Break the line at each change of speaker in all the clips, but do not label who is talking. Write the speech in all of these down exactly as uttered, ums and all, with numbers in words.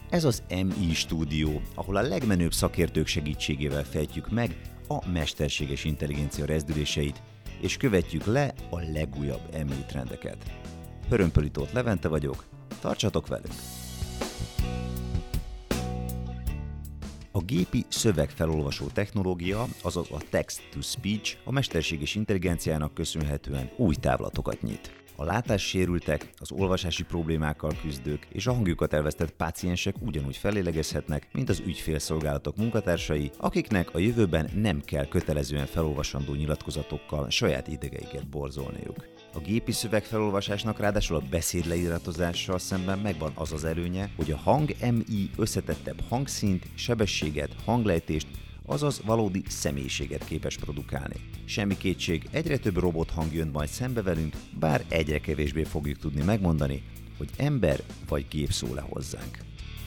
Ez az em i Stúdió, ahol a legmenőbb szakértők segítségével fejtjük meg a mesterséges intelligencia rezdüléseit, és követjük le a legújabb em i trendeket. Hörömpöli Tóth Levente vagyok, tartsatok velünk! A gépi szövegfelolvasó technológia, azaz a text-to-speech a mesterséges intelligenciának köszönhetően új távlatokat nyit. A látássérültek, az olvasási problémákkal küzdők és a hangjukat elvesztett páciensek ugyanúgy fellélegezhetnek, mint az ügyfélszolgálatok munkatársai, akiknek a jövőben nem kell kötelezően felolvasandó nyilatkozatokkal saját idegeiket borzolniuk. A gépi szövegfelolvasásnak ráadásul a beszédleíratozással szemben megvan az az előnye, hogy a hang-em i összetettebb hangszint, sebességet, hanglejtést, azaz valódi személyiséget képes produkálni. Semmi kétség, egyre több robothang jön majd szembe velünk, bár egyre kevésbé fogjuk tudni megmondani, hogy ember vagy gép szól le hozzánk.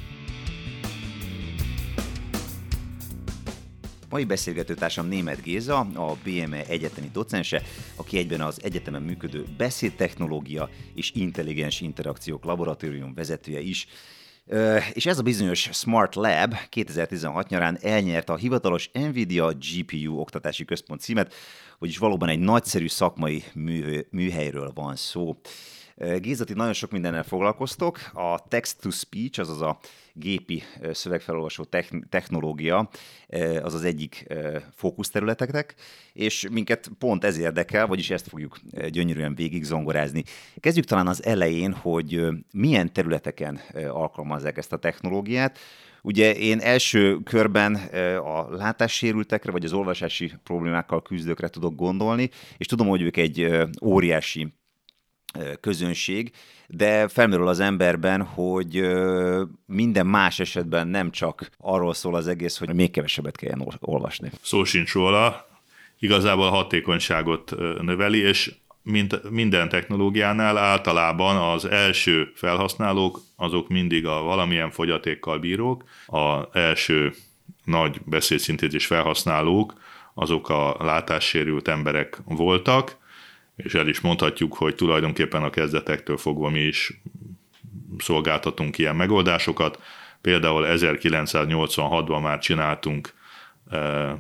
Mai beszélgetőtársam Németh Géza, a bé em e egyetemi docense, aki egyben az egyetemen működő beszédtechnológia és intelligens interakciók laboratórium vezetője is. És ez a bizonyos Smart Lab kétezer-tizenhat nyarán elnyerte a hivatalos NVIDIA gé pé u oktatási központ címet, vagyis valóban egy nagyszerű szakmai mű, műhelyről van szó. Géza, ti nagyon sok mindennel foglalkoztok. A text-to-speech, azaz a gépi szövegfelolvasó technológia, az az egyik fókuszterületeknek, és minket pont ez érdekel, vagyis ezt fogjuk gyönyörűen végig zongorázni. Kezdjük talán az elején, hogy milyen területeken alkalmazzák ezt a technológiát. Ugye én első körben a látássérültekre, vagy az olvasási problémákkal küzdőkre tudok gondolni, és tudom, hogy ők egy óriási közönség, de felmerül az emberben, hogy minden más esetben nem csak arról szól az egész, hogy még kevesebbet kelljen olvasni.
Szó sincs róla, igazából a hatékonyságot növeli, és mint minden technológiánál általában az első felhasználók, azok mindig a valamilyen fogyatékkal bírók, az első nagy beszédszintézis felhasználók, azok a látássérült emberek voltak, és el is mondhatjuk, hogy tulajdonképpen a kezdetektől fogva mi is szolgáltatunk ilyen megoldásokat. Például ezerkilencszáznyolcvanhatban már csináltunk eh,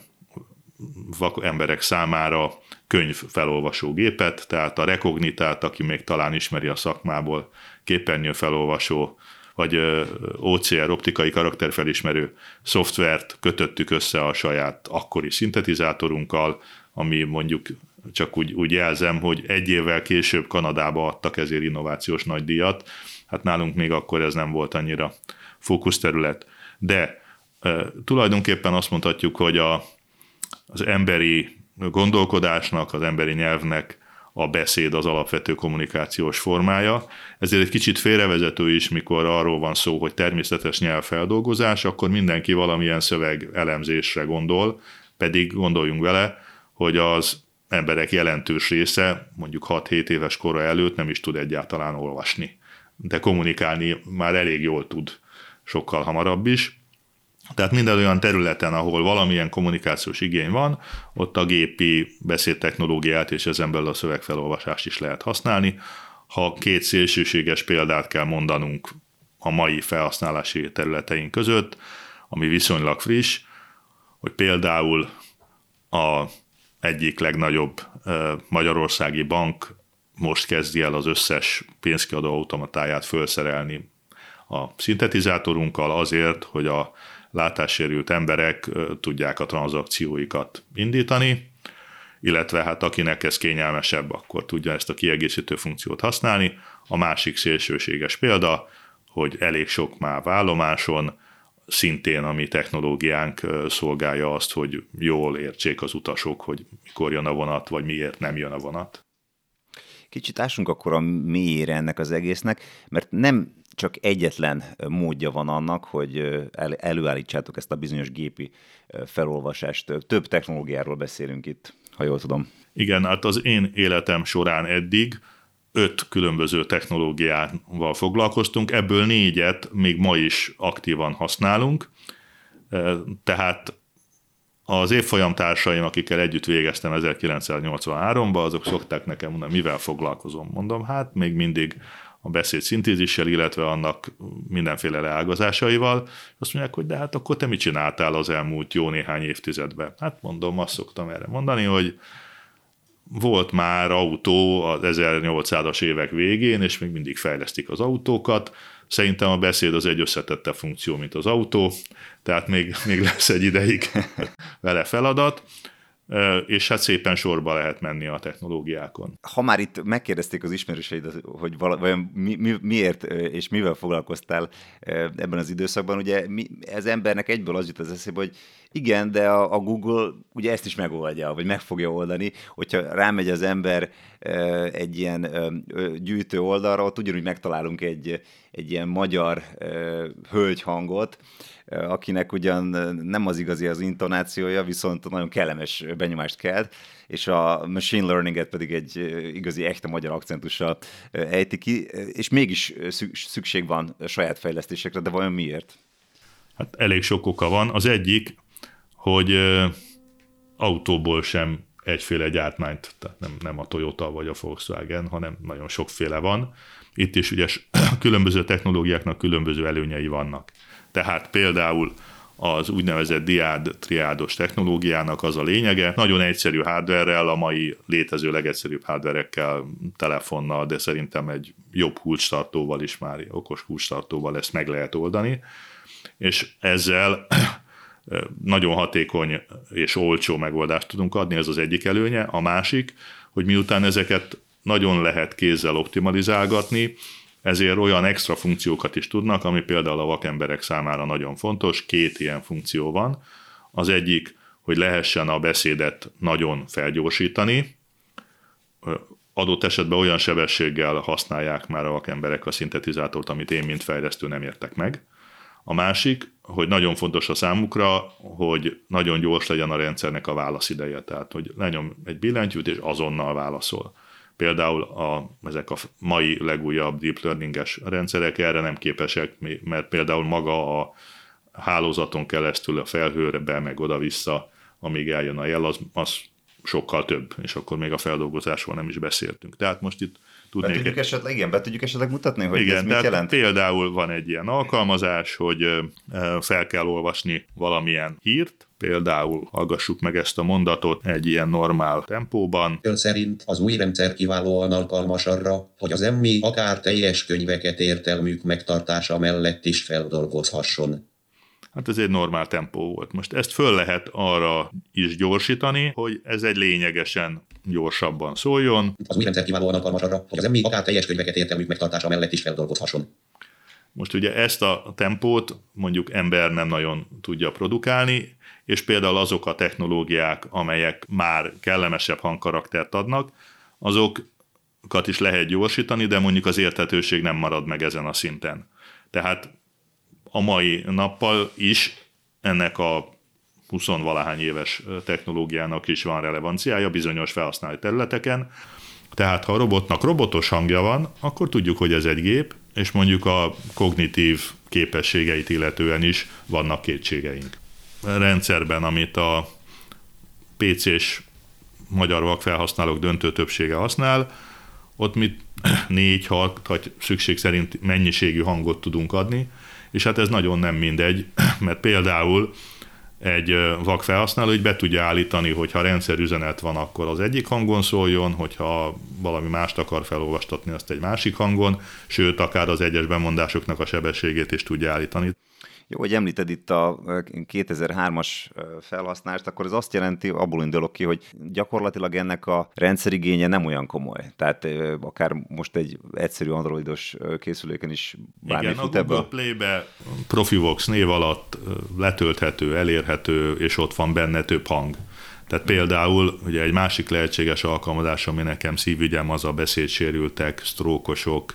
emberek számára könyvfelolvasógépet, tehát a Recognitát, aki még talán ismeri a szakmából, képernyőfelolvasó, vagy o cé er, optikai karakterfelismerő szoftvert kötöttük össze a saját akkori szintetizátorunkkal, ami mondjuk csak úgy, úgy jelzem, hogy egy évvel később Kanadába adtak ezért innovációs nagydíjat. Hát nálunk még akkor ez nem volt annyira fókuszterület. De e, tulajdonképpen azt mondhatjuk, hogy a, az emberi gondolkodásnak, az emberi nyelvnek a beszéd az alapvető kommunikációs formája. Ezért egy kicsit félrevezető is, mikor arról van szó, hogy természetes nyelvfeldolgozás, akkor mindenki valamilyen szöveg elemzésre gondol, pedig gondoljunk vele, hogy az emberek jelentős része mondjuk hat-hét éves kora előtt nem is tud egyáltalán olvasni. De kommunikálni már elég jól tud, sokkal hamarabb is. Tehát minden olyan területen, ahol valamilyen kommunikációs igény van, ott a gépi beszédtechnológiát és ezen belül a szövegfelolvasást is lehet használni. Ha két szélsőséges példát kell mondanunk a mai felhasználási területeink között, ami viszonylag friss, hogy például a egyik legnagyobb magyarországi bank most kezdi el az összes pénzkiadó automatáját felszerelni a szintetizátorunkkal azért, hogy a látássérült emberek tudják a tranzakcióikat indítani, illetve hát akinek ez kényelmesebb, akkor tudja ezt a kiegészítő funkciót használni. A másik szélsőséges példa, hogy elég sok MÁV állomáson szintén a mi technológiánk szolgálja azt, hogy jól értsék az utasok, hogy mikor jön a vonat, vagy miért nem jön a vonat.
Kicsit ássunk akkor a mélyére ennek az egésznek, mert nem csak egyetlen módja van annak, hogy el, előállítsátok ezt a bizonyos gépi felolvasást. Több technológiáról beszélünk itt, ha jól tudom.
Igen, hát az én életem során eddig öt különböző technológiával foglalkoztunk, ebből négyet még ma is aktívan használunk, tehát az évfolyam társaim, akikkel együtt végeztem ezerkilencszáznyolcvanháromban, azok szokták nekem mondani, mivel foglalkozom. Mondom, hát még mindig a beszéd szintézissel, illetve annak mindenféle leágazásaival. Azt mondják, hogy de hát akkor te mit csináltál az elmúlt jó néhány évtizedben? Hát mondom, azt szoktam erre mondani, hogy volt már autó az ezernyolcszázas évek végén, és még mindig fejlesztik az autókat. Szerintem a beszéd az egy összetettebb funkció, mint az autó, tehát még, még lesz egy ideig vele feladat, és hát szépen sorba lehet menni a technológiákon.
Ha már itt megkérdezték az ismerőseid, hogy vajon mi, mi, miért és mivel foglalkoztál ebben az időszakban, ugye mi, ez embernek egyből az jut az eszébe, hogy igen, de a, a Google ugye ezt is megoldja, vagy meg fogja oldani, hogyha rámegy az ember egy ilyen gyűjtő oldalra, ott ugyanúgy megtalálunk egy, egy ilyen magyar hölgyhangot, akinek ugyan nem az igazi az intonációja, viszont nagyon kellemes benyomást kelt, és a machine learninget pedig egy igazi, echte magyar akcentussal ejti ki, és mégis szükség van saját fejlesztésekre, de vajon miért?
Hát elég sok oka van. Az egyik, hogy autóból sem egyféle gyártmányt, tehát nem, nem a Toyota vagy a Volkswagen, hanem nagyon sokféle van. Itt is ugye különböző technológiáknak különböző előnyei vannak. Tehát például az úgynevezett diád triádos technológiának az a lényege, nagyon egyszerű hardware-rel, a mai létező legegyszerűbb hardware-ekkel, telefonnal, de szerintem egy jobb kulcstartóval is már, okos kulcstartóval ezt meg lehet oldani, és ezzel nagyon hatékony és olcsó megoldást tudunk adni, ez az egyik előnye. A másik, hogy miután ezeket nagyon lehet kézzel optimalizálgatni, ezért olyan extra funkciókat is tudnak, ami például a vakemberek számára nagyon fontos. Két ilyen funkció van. Az egyik, hogy lehessen a beszédet nagyon felgyorsítani. Adott esetben olyan sebességgel használják már a vakemberek a szintetizátort, amit én, mint fejlesztő nem értek meg. A másik, hogy nagyon fontos a számukra, hogy nagyon gyors legyen a rendszernek a válaszideje, tehát hogy lenyom egy billentyűt és azonnal válaszol. Például a, ezek a mai legújabb deep learninges rendszerek erre nem képesek, mert például maga a hálózaton keresztül a felhőre be, meg oda-vissza, amíg eljön a jel, az, az sokkal több, és akkor még a feldolgozásról nem is beszéltünk. Tehát most itt tudnék...
Be tudjuk esetleg, igen, be tudjuk esetleg mutatni, hogy
igen,
ez mit jelent?
Például van egy ilyen alkalmazás, hogy fel kell olvasni valamilyen hírt, például hallgassuk meg ezt a mondatot egy ilyen normál tempóban.
Ön szerint az új rendszer kiválóan alkalmas arra, hogy az emmi akár teljes könyveket értelmük megtartása mellett is feldolgozhasson.
Hát ez egy normál tempó volt. Most ezt föl lehet arra is gyorsítani, hogy ez egy lényegesen gyorsabban szóljon.
Az új rendszer kiválóan alkalmas arra, hogy az emmi akár teljes könyveket értelmük megtartása mellett is feldolgozhasson.
Most ugye ezt a tempót mondjuk ember nem nagyon tudja produkálni, és például azok a technológiák, amelyek már kellemesebb hangkaraktert adnak, azokat is lehet gyorsítani, de mondjuk az érthetőség nem marad meg ezen a szinten. Tehát a mai nappal is ennek a huszonvalahány éves technológiának is van relevanciája bizonyos felhasználói területeken. Tehát ha a robotnak robotos hangja van, akkor tudjuk, hogy ez egy gép, és mondjuk a kognitív képességeit illetően is vannak kétségeink. A rendszerben, amit a pé cés magyar vakfelhasználók döntő többsége használ, ott mi négy, hat, vagy szükség szerint mennyiségű hangot tudunk adni, és hát ez nagyon nem mindegy, mert például egy vakfelhasználó így be tudja állítani, hogy ha rendszerüzenet van, akkor az egyik hangon szóljon, hogyha valami mást akar felolvastatni, azt egy másik hangon, sőt, akár az egyes bemondásoknak a sebességét is tudja állítani.
Jó, hogy említed itt a kétezer-hármas felhasználást, akkor ez azt jelenti, abból indulok ki, hogy gyakorlatilag ennek a rendszerigénye nem olyan komoly. Tehát akár most egy egyszerű androidos készüléken is bármi
igen,
fut
a
ebből.
Google Play-be Profivox név alatt letölthető, elérhető, és ott van benne több hang. Tehát például ugye egy másik lehetséges alkalmazás, ami nekem szívügyem, az a beszédsérültek, sztrókosok,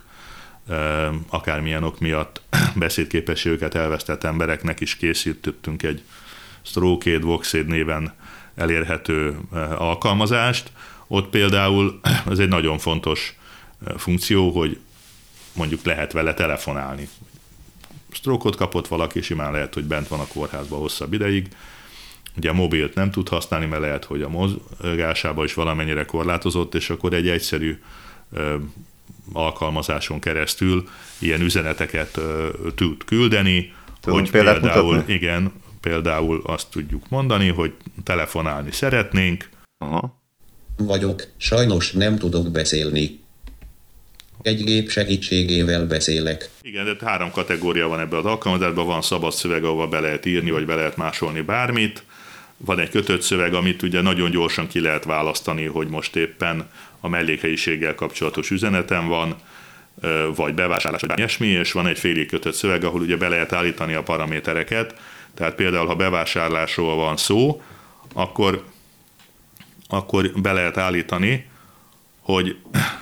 akármilyen ok miatt beszédképességüket elvesztett embereknek is készítettünk egy Stroke-Aid, Vox-Aid néven elérhető alkalmazást. Ott például ez egy nagyon fontos funkció, hogy mondjuk lehet vele telefonálni. Stroke-ot kapott valaki, simán lehet, hogy bent van a kórházban hosszabb ideig. Ugye a mobilt nem tud használni, mert lehet, hogy a mozgásában is valamennyire korlátozott, és akkor egy egyszerű alkalmazáson keresztül ilyen üzeneteket tud küldeni,
Tudom,
hogy például, mutatni? igen, például azt tudjuk mondani, hogy telefonálni szeretnénk.
Aha.
Vagyok, sajnos nem tudok beszélni. Egy gép segítségével beszélek.
Igen, de három kategória van ebben az alkalmazásban, van szabad szöveg, ahol be lehet írni, vagy be lehet másolni bármit. Van egy kötött szöveg, amit ugye nagyon gyorsan ki lehet választani, hogy most éppen a mellékhelyiséggel kapcsolatos üzenetem van, vagy bevásárlás, vagy ilyesmi, és van egy félig kötött szöveg, ahol ugye be lehet állítani a paramétereket. Tehát például, ha bevásárlásról van szó, akkor, akkor be lehet állítani, hogy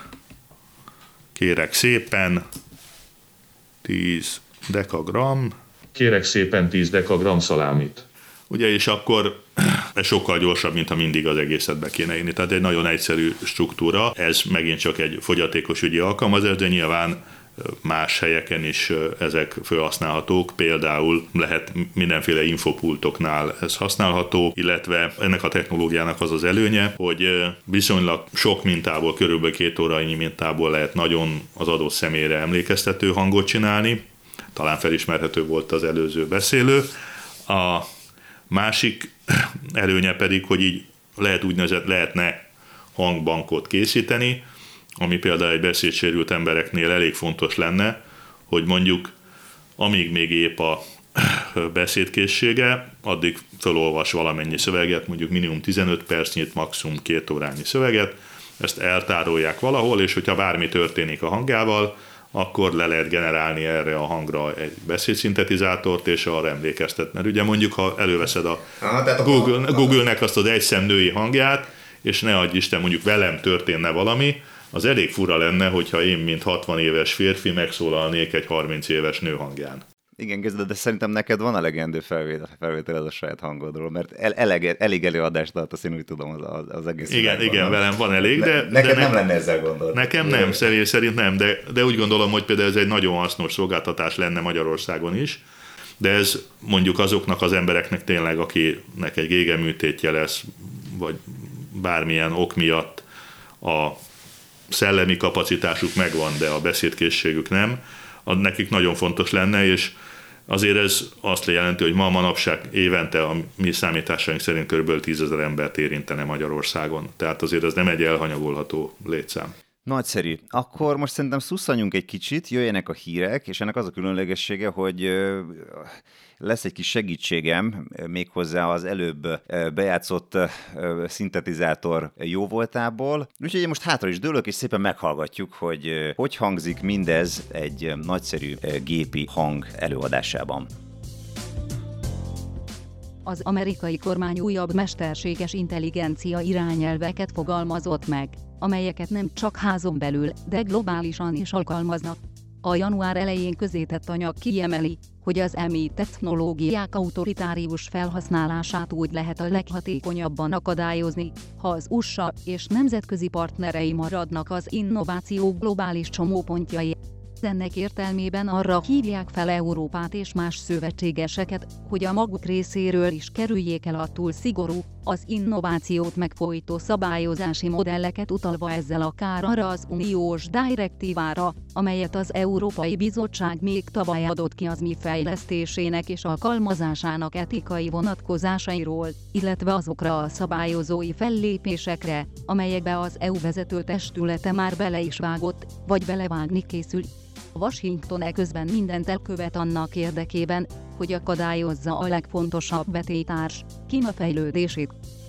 kérek szépen tíz dekagram.
Kérek szépen tíz dekagram szalámit.
Ugye, és akkor ez sokkal gyorsabb, mint ha mindig az egészet be kéne írni. Tehát egy nagyon egyszerű struktúra. Ez megint csak egy fogyatékos ügyi alkalmazás, de nyilván más helyeken is ezek felhasználhatók. Például lehet mindenféle infopultoknál ez használható, illetve ennek a technológiának az az előnye, hogy viszonylag sok mintából, körülbelül két órainyi mintából lehet nagyon az adott személyre emlékeztető hangot csinálni. Talán felismerhető volt az előző beszélő. A másik előnye pedig, hogy így lehet úgynevezett lehetne hangbankot készíteni, ami például egy beszédsérült embereknél elég fontos lenne, hogy mondjuk amíg még épp a beszédkészsége, addig felolvas valamennyi szöveget, mondjuk minimum tizenöt percnyit, maximum két órányi szöveget, ezt eltárolják valahol, és hogyha bármi történik a hangjával, akkor le lehet generálni erre a hangra egy beszédszintetizátort, és arra emlékeztet. Mert ugye mondjuk, ha előveszed a Aha, Google, Google-nek azt az egyszem női hangját, és ne adj Isten, mondjuk velem történne valami, az elég fura lenne, hogyha én, mint hatvan éves férfi megszólalnék egy harminc éves nő hangján.
Igen, Géza, de szerintem neked van elegendő felvételed a saját hangodról, mert el, elég, elég előadást tartasz, én úgy tudom, az, az egész
Igen,
világban,
igen,
nem?
velem van elég, de...
Ne, neked
de
nem
ne,
lenne ezzel gondol.
Nekem nem, szerint, szerint nem, de, de úgy gondolom, hogy például ez egy nagyon hasznos szolgáltatás lenne Magyarországon is, de ez mondjuk azoknak az embereknek tényleg, akinek egy gégeműtétje lesz, vagy bármilyen ok miatt a szellemi kapacitásuk megvan, de a beszédkészségük nem, az nekik nagyon fontos lenne, és azért ez azt jelenti, hogy ma manapság évente a mi számításaink szerint kb. tízezer embert érintene Magyarországon. Tehát azért ez nem egy elhanyagolható létszám.
Nagyszerű. Akkor most szerintem szusszanjunk egy kicsit, jöjjenek a hírek, és ennek az a különlegessége, hogy lesz egy kis segítségem, méghozzá az előbb bejátszott szintetizátor jóvoltából. Úgyhogy én most hátra is dőlök, és szépen meghallgatjuk, hogy hogy hangzik mindez egy nagyszerű gépi hang előadásában.
Az amerikai kormány újabb mesterséges intelligencia irányelveket fogalmazott meg, amelyeket nem csak házon belül, de globálisan is alkalmaznak. A január elején közzétett anyag kiemeli, hogy az em i technológiák autoritárius felhasználását úgy lehet a leghatékonyabban akadályozni, ha az u es á és nemzetközi partnerei maradnak az innováció globális csomópontjai. Ennek értelmében arra hívják fel Európát és más szövetségeseket, hogy a maguk részéről is kerüljék el a túl szigorú, az innovációt megfojtó szabályozási modelleket, utalva ezzel akár arra az uniós direktívára, amelyet az Európai Bizottság még tavaly adott ki az em i fejlesztésének és alkalmazásának etikai vonatkozásairól, illetve azokra a szabályozói fellépésekre, amelyekbe az é u vezető testülete már bele is vágott, vagy belevágni készül. Washington eközben mindent elkövet annak érdekében, hogy akadályozza a legfontosabb vetélytárs, Kína fejlődését.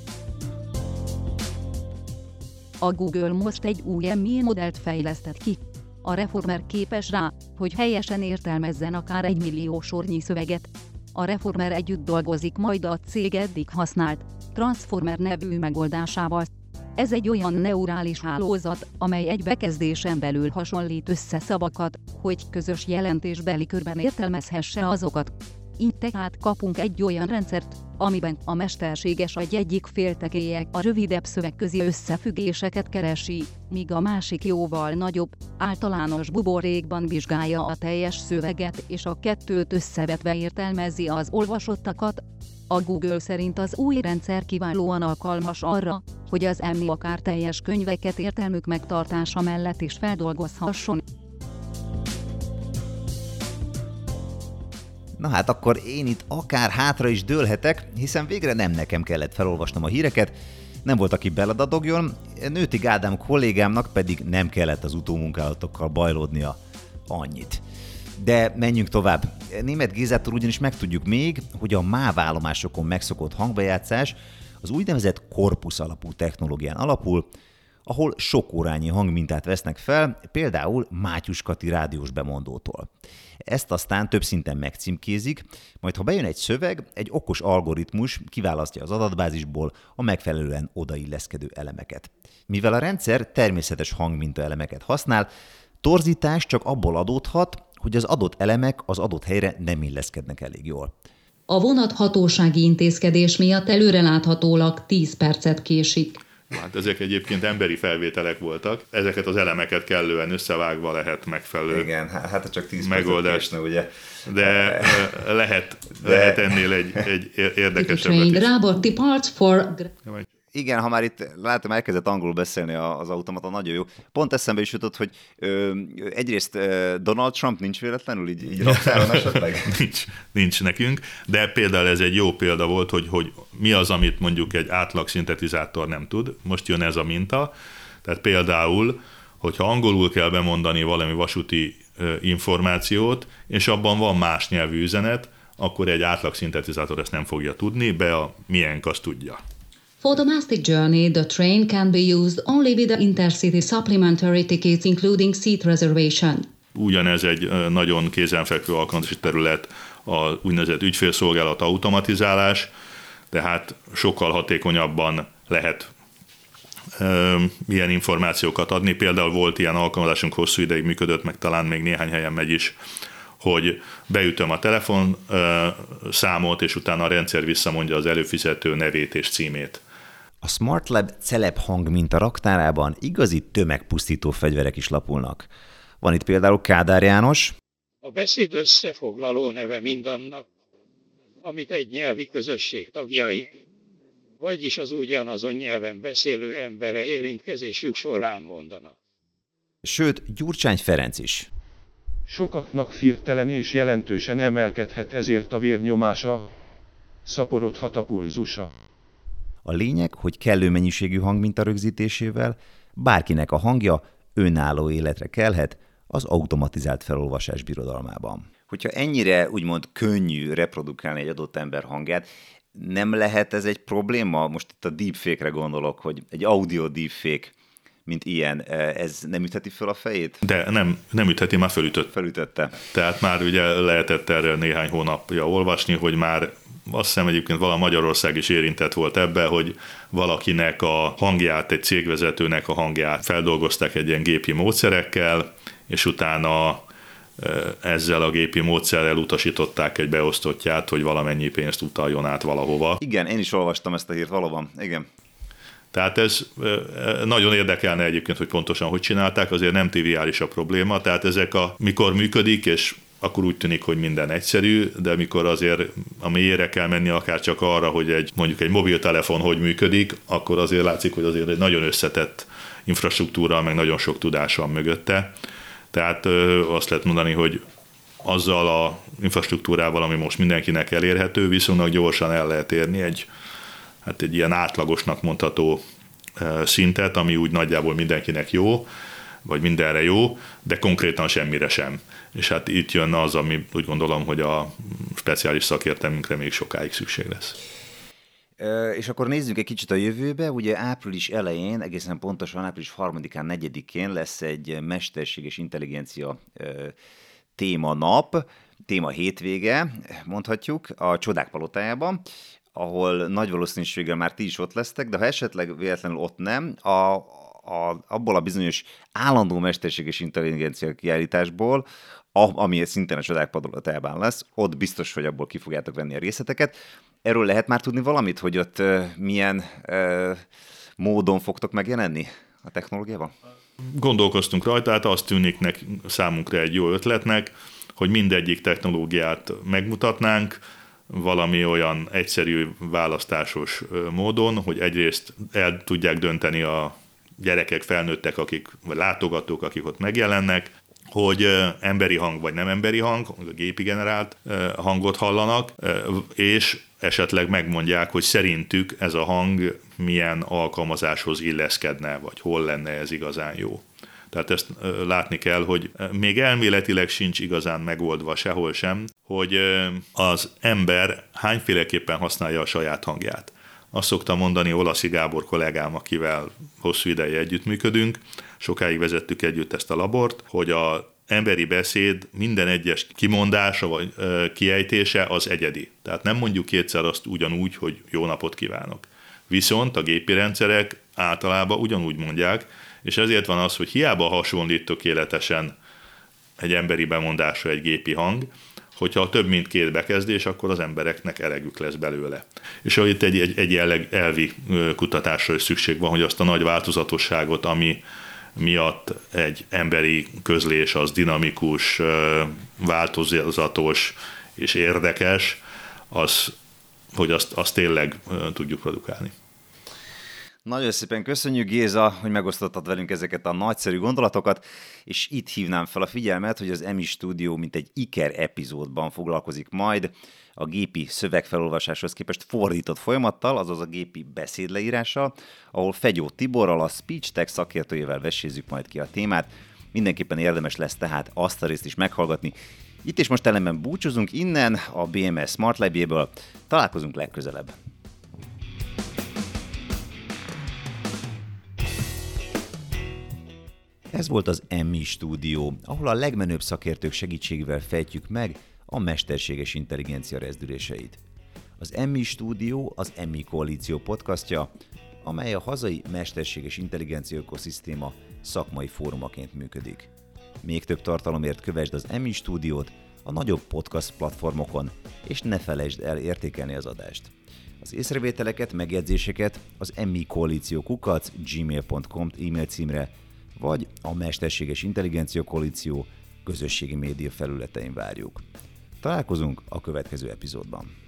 A Google most egy új em i modellt fejlesztett ki. A Reformer képes rá, hogy helyesen értelmezzen akár egy millió sornyi szöveget. A Reformer együtt dolgozik majd a cég eddig használt Transformer nevű megoldásával. Ez egy olyan neurális hálózat, amely egy bekezdésen belül hasonlít össze szavakat, hogy közös jelentésbeli körben értelmezhesse azokat. Így tehát kapunk egy olyan rendszert, amiben a mesterséges agy egyik féltekéje a rövidebb szövegközi összefüggéseket keresi, míg a másik jóval nagyobb, általános buborékban vizsgálja a teljes szöveget és a kettőt összevetve értelmezi az olvasottakat. A Google szerint az új rendszer kiválóan alkalmas arra, hogy az em i akár teljes könyveket értelmük megtartása mellett is feldolgozhasson.
Na hát akkor én itt akár hátra is dőlhetek, hiszen végre nem nekem kellett felolvasnom a híreket, nem volt, aki beledadogjon, Nőtig Ádám kollégámnak pedig nem kellett az utómunkálatokkal bajlódnia annyit. De menjünk tovább. Németh Gézától ugyanis megtudjuk még, hogy a MÁV állomásokon megszokott hangbejátszás az úgynevezett korpusz alapú technológián alapul, ahol sokórányi hangmintát vesznek fel, például Mátyus Kati rádiós bemondótól. Ezt aztán több szinten megcímkézik, majd ha bejön egy szöveg, egy okos algoritmus kiválasztja az adatbázisból a megfelelően odailleszkedő elemeket. Mivel a rendszer természetes hangminta elemeket használ, torzítás csak abból adódhat, hogy az adott elemek az adott helyre nem illeszkednek elég jól.
A vonat hatósági intézkedés miatt előreláthatólag tíz percet késik.
Hát ezek egyébként emberi felvételek voltak, ezeket az elemeket kellően összevágva lehet megfelelő.
Igen, hát csak tíz
megoldást,
percet késne, ugye?
De lehet, de... lehet ennél egy, egy érdekesebbet is.
Rábor departs for...
Igen, ha már itt látom, elkezdett angolul beszélni az automata, nagyon jó. Pont eszembe is jutott, hogy ö, egyrészt ö, Donald Trump nincs véletlenül, így, így rapszáron esetleg?
nincs, nincs nekünk, de például ez egy jó példa volt, hogy, hogy mi az, amit mondjuk egy átlag szintetizátor nem tud. Most jön ez a minta. Tehát például, hogyha angolul kell bemondani valami vasúti ö, információt, és abban van más nyelvű üzenet, akkor egy átlag szintetizátor ezt nem fogja tudni, be a miénk azt tudja.
For domestic journey, the train can be used only with the intercity supplementary tickets, including seat reservation.
Ugyanez egy nagyon kézenfekvő alkalmazási terület, a úgynevezett ügyfélszolgálat automatizálás, tehát sokkal hatékonyabban lehet e, ilyen információkat adni. Például volt ilyen alkalmazásunk, hosszú ideig működött, meg talán még néhány helyen megy is, hogy beütöm a telefon e, számot, és utána a rendszer visszamondja az előfizető nevét és címét.
A SmartLab celeb hangminta raktárában igazi tömegpusztító fegyverek is lapulnak. Van itt például Kádár János.
A beszéd összefoglaló neve mindannak, amit egy nyelvi közösség tagjai, vagyis az ugyanazon nyelven beszélő embere érintkezésük során mondanak.
Sőt, Gyurcsány Ferenc is.
Sokaknak firtelen és jelentősen emelkedhet ezért a vérnyomása, szaporodhat a pulzusa.
A lényeg, hogy kellő mennyiségű hangminta rögzítésével bárkinek a hangja önálló életre kelhet az automatizált felolvasás birodalmában. Hogyha ennyire úgymond könnyű reprodukálni egy adott ember hangját, nem lehet ez egy probléma? Most itt a deepfake-re gondolok, hogy egy audio deepfake, mint ilyen, ez nem ütheti fel a fejét?
De nem, nem ütheti, már fölütött.
Felütötte.
Tehát már ugye lehetett erre néhány hónapja olvasni, hogy már azt hiszem egyébként vala Magyarország is érintett volt ebbe, hogy valakinek a hangját, egy cégvezetőnek a hangját feldolgozták egy ilyen gépi módszerekkel, és utána ezzel a gépi módszerrel utasították egy beosztottját, hogy valamennyi pénzt utaljon át valahova.
Igen, én is olvastam ezt a hírt valóban, igen.
Tehát ez nagyon érdekelne egyébként, hogy pontosan hogy csinálták, azért nem triviális a probléma, tehát ezek a mikor működik, és akkor úgy tűnik, hogy minden egyszerű, de mikor azért a mélyére kell menni, akár csak arra, hogy egy, mondjuk egy mobiltelefon hogy működik, akkor azért látszik, hogy azért egy nagyon összetett infrastruktúra, meg nagyon sok tudás van mögötte. Tehát azt lehet mondani, hogy azzal a infrastruktúrával, ami most mindenkinek elérhető, viszonylag gyorsan el lehet érni egy, hát egy ilyen átlagosnak mondható szintet, ami úgy nagyjából mindenkinek jó, vagy mindenre jó, de konkrétan semmire sem. És hát itt jön az, ami úgy gondolom, hogy a speciális szakértelmünkre még sokáig szükség lesz.
És akkor nézzünk egy kicsit a jövőbe. Ugye április elején, egészen pontosan április harmadikán, negyedikén lesz egy mesterséges intelligencia témanap, téma hétvége, mondhatjuk, a Csodák Palotájában, ahol nagy valószínűséggel már ti is ott lesztek, de ha esetleg véletlenül ott nem, a, a, abból a bizonyos állandó mesterséges intelligencia kiállításból, a, ami szintén a Csodák Palotájában lesz, ott biztos, hogy abból ki fogjátok venni a részleteket. Erről lehet már tudni valamit, hogy ott uh, milyen uh, módon fogtok megjelenni a technológiával?
Gondolkoztunk rajta, hát azt tűnik nekünk, számunkra egy jó ötletnek, hogy mindegyik technológiát megmutatnánk, valami olyan egyszerű választásos módon, hogy egyrészt el tudják dönteni a gyerekek, felnőttek, akik, vagy látogatók, akik ott megjelennek, hogy emberi hang vagy nem emberi hang, a gépi generált hangot hallanak, és esetleg megmondják, hogy szerintük ez a hang milyen alkalmazáshoz illeszkedne, vagy hol lenne ez igazán jó. Tehát ezt látni kell, hogy még elméletileg sincs igazán megoldva sehol sem, hogy az ember hányféleképpen használja a saját hangját. Azt szoktam mondani Olaszi Gábor kollégám, akivel hosszú ideje együttműködünk, sokáig vezettük együtt ezt a labort, hogy az emberi beszéd minden egyes kimondása vagy kiejtése az egyedi. Tehát nem mondjuk kétszer azt ugyanúgy, hogy jó napot kívánok. Viszont a gépi rendszerek általában ugyanúgy mondják, és ezért van az, hogy hiába hasonlít tökéletesen egy emberi bemondásra egy gépi hang, hogyha több mint két bekezdés, akkor az embereknek elegük lesz belőle. És itt egy, egy, egy jelleg elvi kutatásra is szükség van, hogy azt a nagy változatosságot, ami miatt egy emberi közlés az dinamikus, változatos és érdekes, az, hogy azt, azt tényleg tudjuk produkálni.
Nagyon szépen köszönjük, Géza, hogy megosztottad velünk ezeket a nagyszerű gondolatokat, és itt hívnám fel a figyelmet, hogy az e em i Studio mint egy Iker epizódban foglalkozik majd a gépi szövegfelolvasáshoz képest fordított folyamattal, azaz a gépi beszédleírással, ahol Fegyó Tiborral, a SpeechTech szakértőjével vesézzük majd ki a témát. Mindenképpen érdemes lesz tehát azt a részt is meghallgatni. Itt és most ellenben búcsúzunk innen a bé em e Smart Lab-jéből. Találkozunk legközelebb. Ez volt az e em i Studio, ahol a legmenőbb szakértők segítségével fejtjük meg a mesterséges intelligencia rezdüléseit. Az e em i Studio az e em i Koalíció podcastja, amely a hazai mesterséges intelligencia ökoszisztéma szakmai fórumaként működik. Még több tartalomért kövesd az e em i Studiót a nagyobb podcast platformokon, és ne felejtsd el értékelni az adást. Az észrevételeket, megjegyzéseket az emmikoalíció kukac gmail pont com e-mail címre, vagy a Mesterséges Intelligencia Koalíció közösségi média felületein várjuk. Találkozunk a következő epizódban.